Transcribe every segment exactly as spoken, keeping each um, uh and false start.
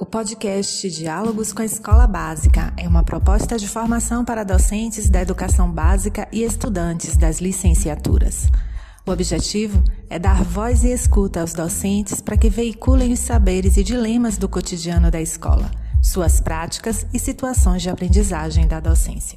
O podcast Diálogos com a Escola Básica é uma proposta de formação para docentes da educação básica e estudantes das licenciaturas. O objetivo é dar voz e escuta aos docentes para que veiculem os saberes e dilemas do cotidiano da escola, suas práticas e situações de aprendizagem da docência.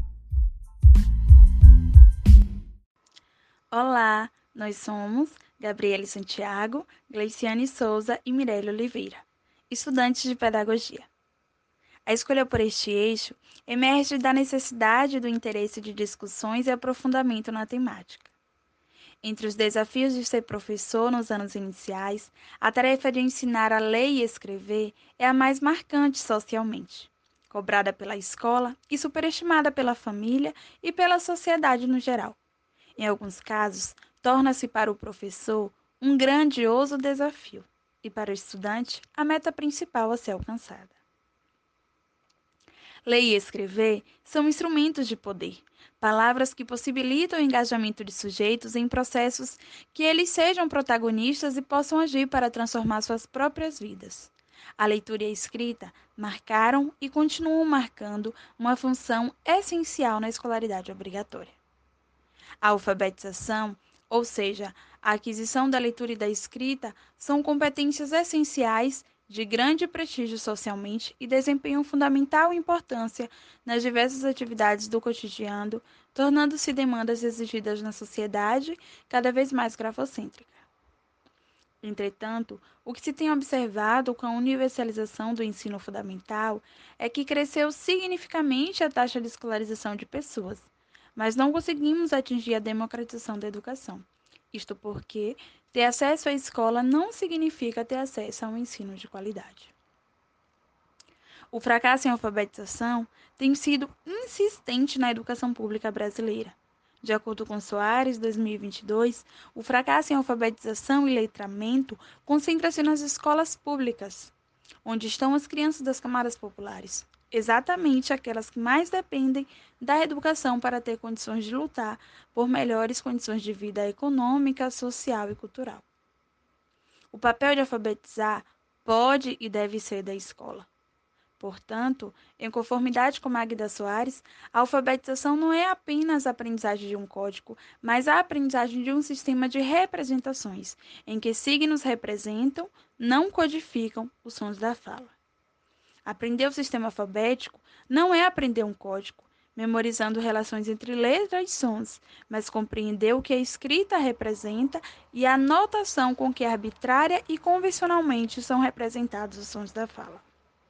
Olá, nós somos Gabriele Santiago, Gleiciane Souza e Mirelle Oliveira, estudantes de pedagogia. A escolha por este eixo emerge da necessidade do interesse de discussões e aprofundamento na temática. Entre os desafios de ser professor nos anos iniciais, a tarefa de ensinar a ler e escrever é a mais marcante socialmente, cobrada pela escola e superestimada pela família e pela sociedade no geral. Em alguns casos, torna-se para o professor um grandioso desafio e para o estudante a meta principal a ser alcançada. Ler e escrever são instrumentos de poder, palavras que possibilitam o engajamento de sujeitos em processos que eles sejam protagonistas e possam agir para transformar suas próprias vidas. A leitura e a escrita marcaram e continuam marcando uma função essencial na escolaridade obrigatória. A alfabetização, ou seja, a aquisição da leitura e da escrita, são competências essenciais de grande prestígio socialmente e desempenham fundamental importância nas diversas atividades do cotidiano, tornando-se demandas exigidas na sociedade cada vez mais grafocêntrica. Entretanto, o que se tem observado com a universalização do ensino fundamental é que cresceu significativamente a taxa de escolarização de pessoas, mas não conseguimos atingir a democratização da educação. Isto porque ter acesso à escola não significa ter acesso a um ensino de qualidade. O fracasso em alfabetização tem sido insistente na educação pública brasileira. De acordo com Soares, dois mil e vinte e dois, o fracasso em alfabetização e letramento concentra-se nas escolas públicas, onde estão as crianças das camadas populares, exatamente aquelas que mais dependem da educação para ter condições de lutar por melhores condições de vida econômica, social e cultural. O papel de alfabetizar pode e deve ser da escola. Portanto, em conformidade com Magda Soares, a alfabetização não é apenas a aprendizagem de um código, mas a aprendizagem de um sistema de representações, em que signos representam, não codificam os sons da fala. Aprender o sistema alfabético não é aprender um código, memorizando relações entre letras e sons, mas compreender o que a escrita representa e a notação com que arbitrária e convencionalmente são representados os sons da fala.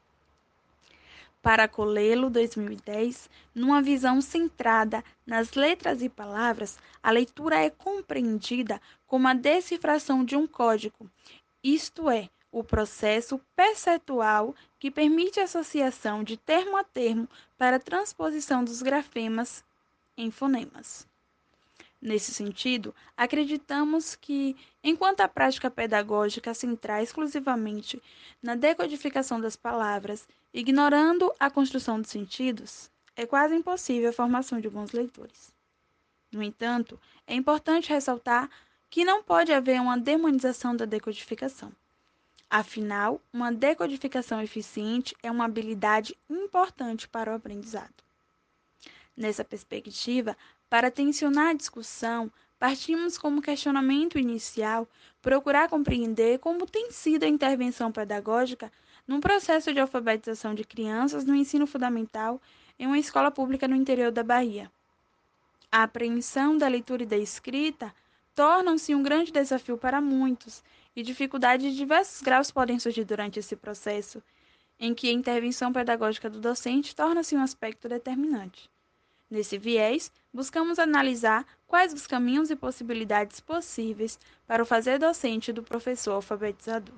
Para Colelo, dois mil e dez, numa visão centrada nas letras e palavras, a leitura é compreendida como a decifração de um código, isto é, o processo perceptual que permite a associação de termo a termo para a transposição dos grafemas em fonemas. Nesse sentido, acreditamos que, enquanto a prática pedagógica se centrar exclusivamente na decodificação das palavras, ignorando a construção dos sentidos, é quase impossível a formação de bons leitores. No entanto, é importante ressaltar que não pode haver uma demonização da decodificação. Afinal, uma decodificação eficiente é uma habilidade importante para o aprendizado. Nessa perspectiva, para tensionar a discussão, partimos como questionamento inicial procurar compreender como tem sido a intervenção pedagógica no processo de alfabetização de crianças no ensino fundamental em uma escola pública no interior da Bahia. A apreensão da leitura e da escrita tornam-se um grande desafio para muitos, e dificuldades de diversos graus podem surgir durante esse processo, em que a intervenção pedagógica do docente torna-se um aspecto determinante. Nesse viés, buscamos analisar quais os caminhos e possibilidades possíveis para o fazer docente do professor alfabetizador.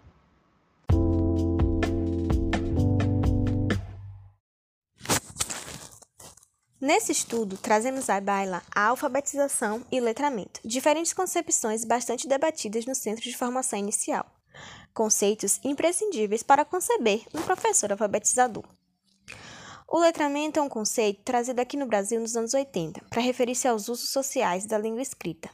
Nesse estudo, trazemos à baila a alfabetização e o letramento, diferentes concepções bastante debatidas no Centro de Formação Inicial, conceitos imprescindíveis para conceber um professor alfabetizador. O letramento é um conceito trazido aqui no Brasil nos anos oitenta, para referir-se aos usos sociais da língua escrita,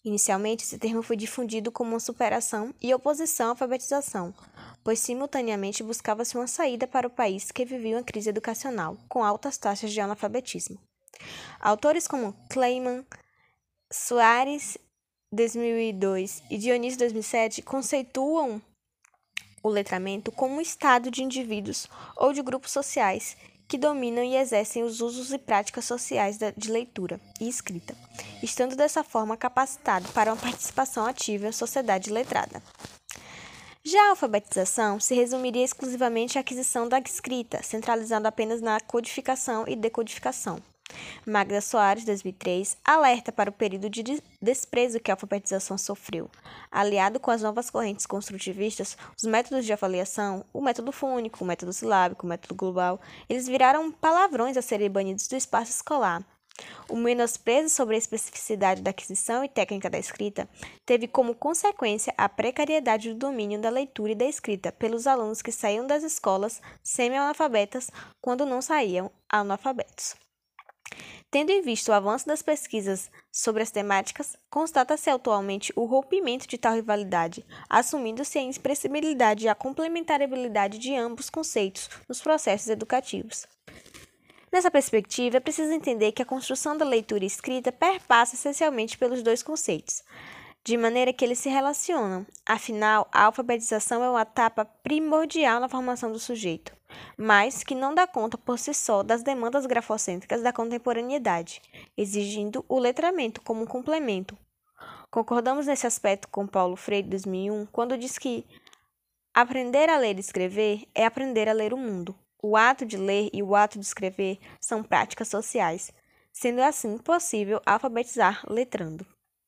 Inicialmente, esse termo foi difundido como uma superação e oposição à alfabetização, pois simultaneamente buscava-se uma saída para o país que vivia uma crise educacional, com altas taxas de analfabetismo. Autores como Kleiman, Soares, dois mil e dois, e Dionísio, dois mil e sete, conceituam o letramento como um estado de indivíduos ou de grupos sociais que dominam e exercem os usos e práticas sociais de leitura e escrita, estando dessa forma capacitado para uma participação ativa em sociedade letrada. Já a alfabetização se resumiria exclusivamente à aquisição da escrita, centralizando apenas na codificação e decodificação. Magda Soares, dois mil e três, alerta para o período de desprezo que a alfabetização sofreu. Aliado com as novas correntes construtivistas, os métodos de avaliação, o método fônico, o método silábico, o método global, eles viraram palavrões a serem banidos do espaço escolar. O menosprezo sobre a especificidade da aquisição e técnica da escrita teve como consequência a precariedade do domínio da leitura e da escrita pelos alunos que saíam das escolas semi-analfabetas quando não saíam analfabetos. Tendo em vista o avanço das pesquisas sobre as temáticas, constata-se atualmente o rompimento de tal rivalidade, assumindo-se a imprescindibilidade e a complementariedade de ambos conceitos nos processos educativos. Nessa perspectiva, é preciso entender que a construção da leitura e escrita perpassa essencialmente pelos dois conceitos, de maneira que eles se relacionam. Afinal, a alfabetização é uma etapa primordial na formação do sujeito, mas que não dá conta por si só das demandas grafocêntricas da contemporaneidade, exigindo o letramento como um complemento. Concordamos nesse aspecto com Paulo Freire, dois mil e um, quando diz que aprender a ler e escrever é aprender a ler o mundo. O ato de ler e o ato de escrever são práticas sociais, sendo assim possível alfabetizar letrando.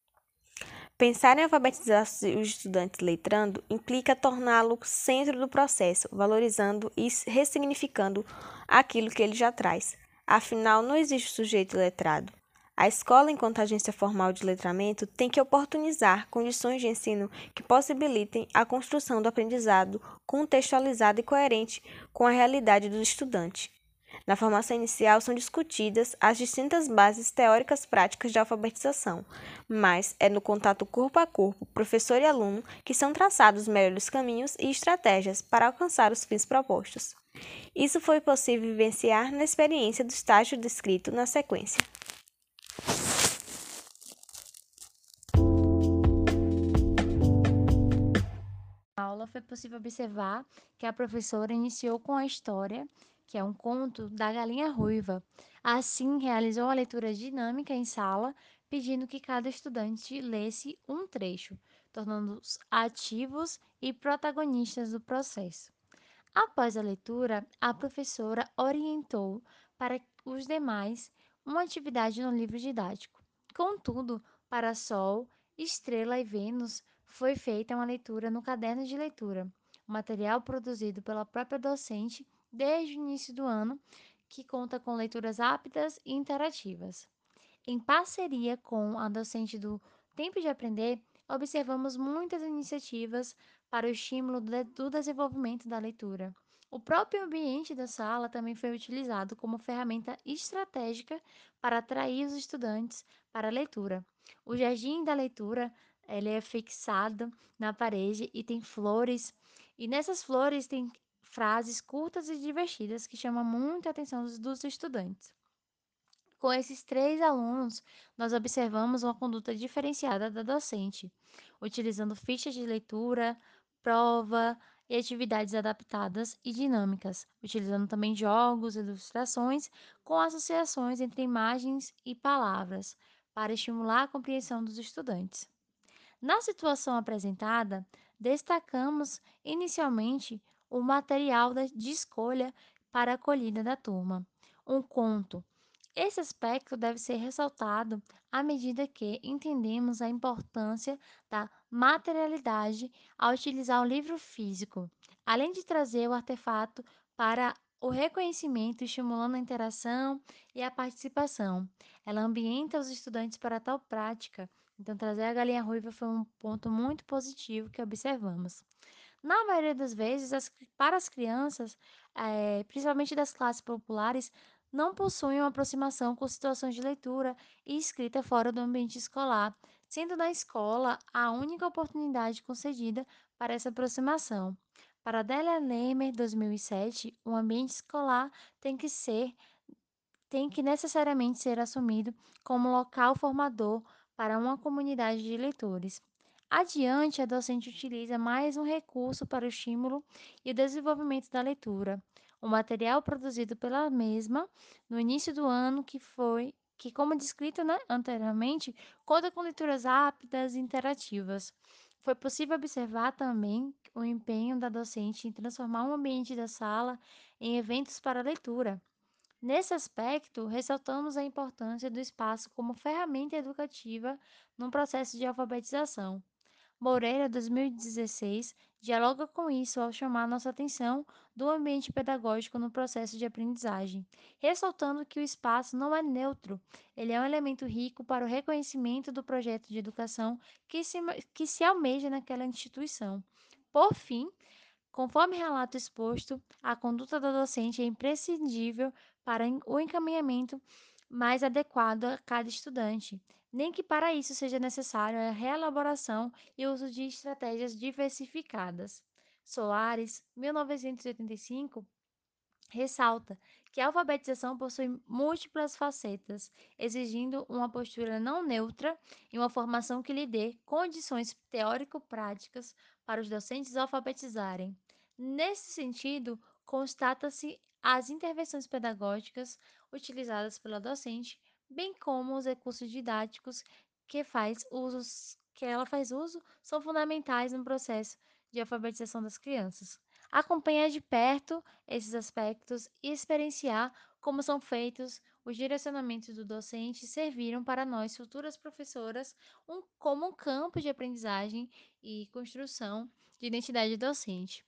Pensar em alfabetizar os estudantes letrando implica torná-lo centro do processo, valorizando e ressignificando aquilo que ele já traz. Afinal, não existe sujeito letrado. A escola, enquanto agência formal de letramento, tem que oportunizar condições de ensino que possibilitem a construção do aprendizado contextualizado e coerente com a realidade do estudante. Na formação inicial são discutidas as distintas bases teóricas práticas de alfabetização, mas é no contato corpo a corpo, professor e aluno, que são traçados os melhores caminhos e estratégias para alcançar os fins propostos. Isso foi possível vivenciar na experiência do estágio descrito na sequência. Na aula foi possível observar que a professora iniciou com a história, que é um conto da Galinha Ruiva. Assim, realizou a leitura dinâmica em sala, pedindo que cada estudante lesse um trecho, tornando-os ativos e protagonistas do processo. Após a leitura, a professora orientou para os demais uma atividade no livro didático. Contudo, para Sol, Estrela e Vênus, foi feita uma leitura no caderno de leitura, material produzido pela própria docente desde o início do ano, que conta com leituras rápidas e interativas. Em parceria com a docente do Tempo de Aprender, observamos muitas iniciativas para o estímulo do do desenvolvimento da leitura. O próprio ambiente da sala também foi utilizado como ferramenta estratégica para atrair os estudantes para a leitura. O jardim da leitura, ele é fixado na parede e tem flores, e nessas flores tem frases curtas e divertidas que chamam muito a atenção dos, dos estudantes. Com esses três alunos, nós observamos uma conduta diferenciada da docente, utilizando fichas de leitura, prova e atividades adaptadas e dinâmicas, utilizando também jogos, ilustrações com associações entre imagens e palavras, para estimular a compreensão dos estudantes. Na situação apresentada, destacamos inicialmente o material da- de escolha para a acolhida da turma, um conto. Esse aspecto deve ser ressaltado à medida que entendemos a importância da materialidade ao utilizar o livro físico, além de trazer o artefato para o reconhecimento, estimulando a interação e a participação. Ela ambienta os estudantes para tal prática, então trazer a galinha ruiva foi um ponto muito positivo que observamos. Na maioria das vezes, as- para as crianças, eh, principalmente das classes populares, não possuem uma aproximação com situações de leitura e escrita fora do ambiente escolar, sendo na escola a única oportunidade concedida para essa aproximação. Para Adélia Lehmer, dois mil e sete, o ambiente escolar tem que ser tem que necessariamente ser assumido como local formador para uma comunidade de leitores. Adiante, a docente utiliza mais um recurso para o estímulo e o desenvolvimento da leitura, o material produzido pela mesma no início do ano que foi que, como descrito, né, anteriormente, conta com leituras rápidas e interativas. Foi possível observar também o empenho da docente em transformar o ambiente da sala em eventos para leitura. Nesse aspecto, ressaltamos a importância do espaço como ferramenta educativa no processo de alfabetização. Moreira, dois mil e dezesseis, dialoga com isso ao chamar nossa atenção do ambiente pedagógico no processo de aprendizagem, ressaltando que o espaço não é neutro, ele é um elemento rico para o reconhecimento do projeto de educação que se, que se almeja naquela instituição. Por fim, conforme relato exposto, a conduta da docente é imprescindível para o encaminhamento mais adequado a cada estudante, nem que para isso seja necessário a reelaboração e uso de estratégias diversificadas. Soares, mil novecentos e oitenta e cinco, ressalta que a alfabetização possui múltiplas facetas, exigindo uma postura não neutra e uma formação que lhe dê condições teórico-práticas para os docentes alfabetizarem. Nesse sentido, constata-se as intervenções pedagógicas utilizadas pela docente, bem como os recursos didáticos que, faz usos, que ela faz uso, são fundamentais no processo de alfabetização das crianças. Acompanhar de perto esses aspectos e experienciar como são feitos os direcionamentos do docente serviram para nós, futuras professoras, um, como um campo de aprendizagem e construção de identidade docente.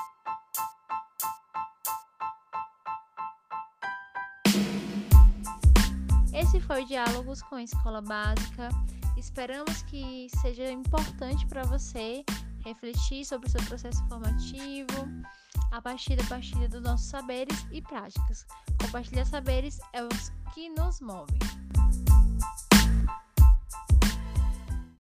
Esse foi o Diálogos com a Escola Básica. Esperamos que seja importante para você refletir sobre o seu processo formativo, a partir da partilha dos nossos saberes e práticas. Compartilhar saberes é os que nos movem.